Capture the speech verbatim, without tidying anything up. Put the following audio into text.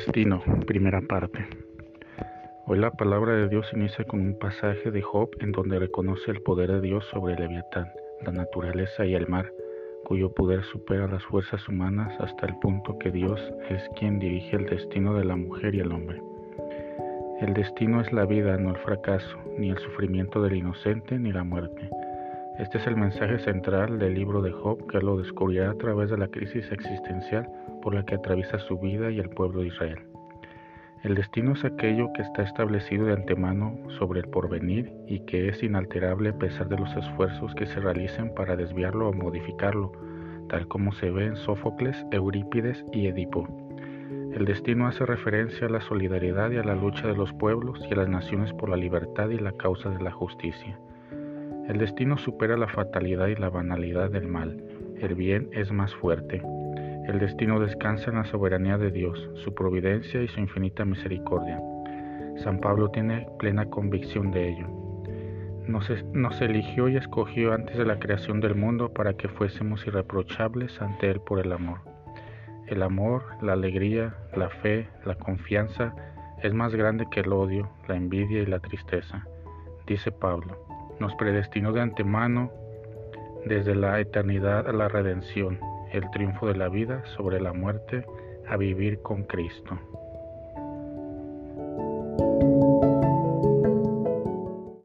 destino, primera parte. Hoy la palabra de Dios inicia con un pasaje de Job en donde reconoce el poder de Dios sobre el Leviatán, la naturaleza y el mar, cuyo poder supera las fuerzas humanas hasta el punto que Dios es quien dirige el destino de la mujer y el hombre. El destino es la vida, no el fracaso, ni el sufrimiento del inocente, ni la muerte. Este es el mensaje central del libro de Job, que lo descubrirá a través de la crisis existencial por la que atraviesa su vida y el pueblo de Israel. El destino es aquello que está establecido de antemano sobre el porvenir y que es inalterable a pesar de los esfuerzos que se realicen para desviarlo o modificarlo, tal como se ve en Sófocles, Eurípides y Edipo. El destino hace referencia a la solidaridad y a la lucha de los pueblos y a las naciones por la libertad y la causa de la justicia. El destino supera la fatalidad y la banalidad del mal. El bien es más fuerte. El destino descansa en la soberanía de Dios, su providencia y su infinita misericordia. San Pablo tiene plena convicción de ello. Nos, nos eligió y escogió antes de la creación del mundo para que fuésemos irreprochables ante Él por el amor. El amor, la alegría, la fe, la confianza es más grande que el odio, la envidia y la tristeza. Dice Pablo, nos predestinó de antemano desde la eternidad a la redención, el triunfo de la vida sobre la muerte, a vivir con Cristo.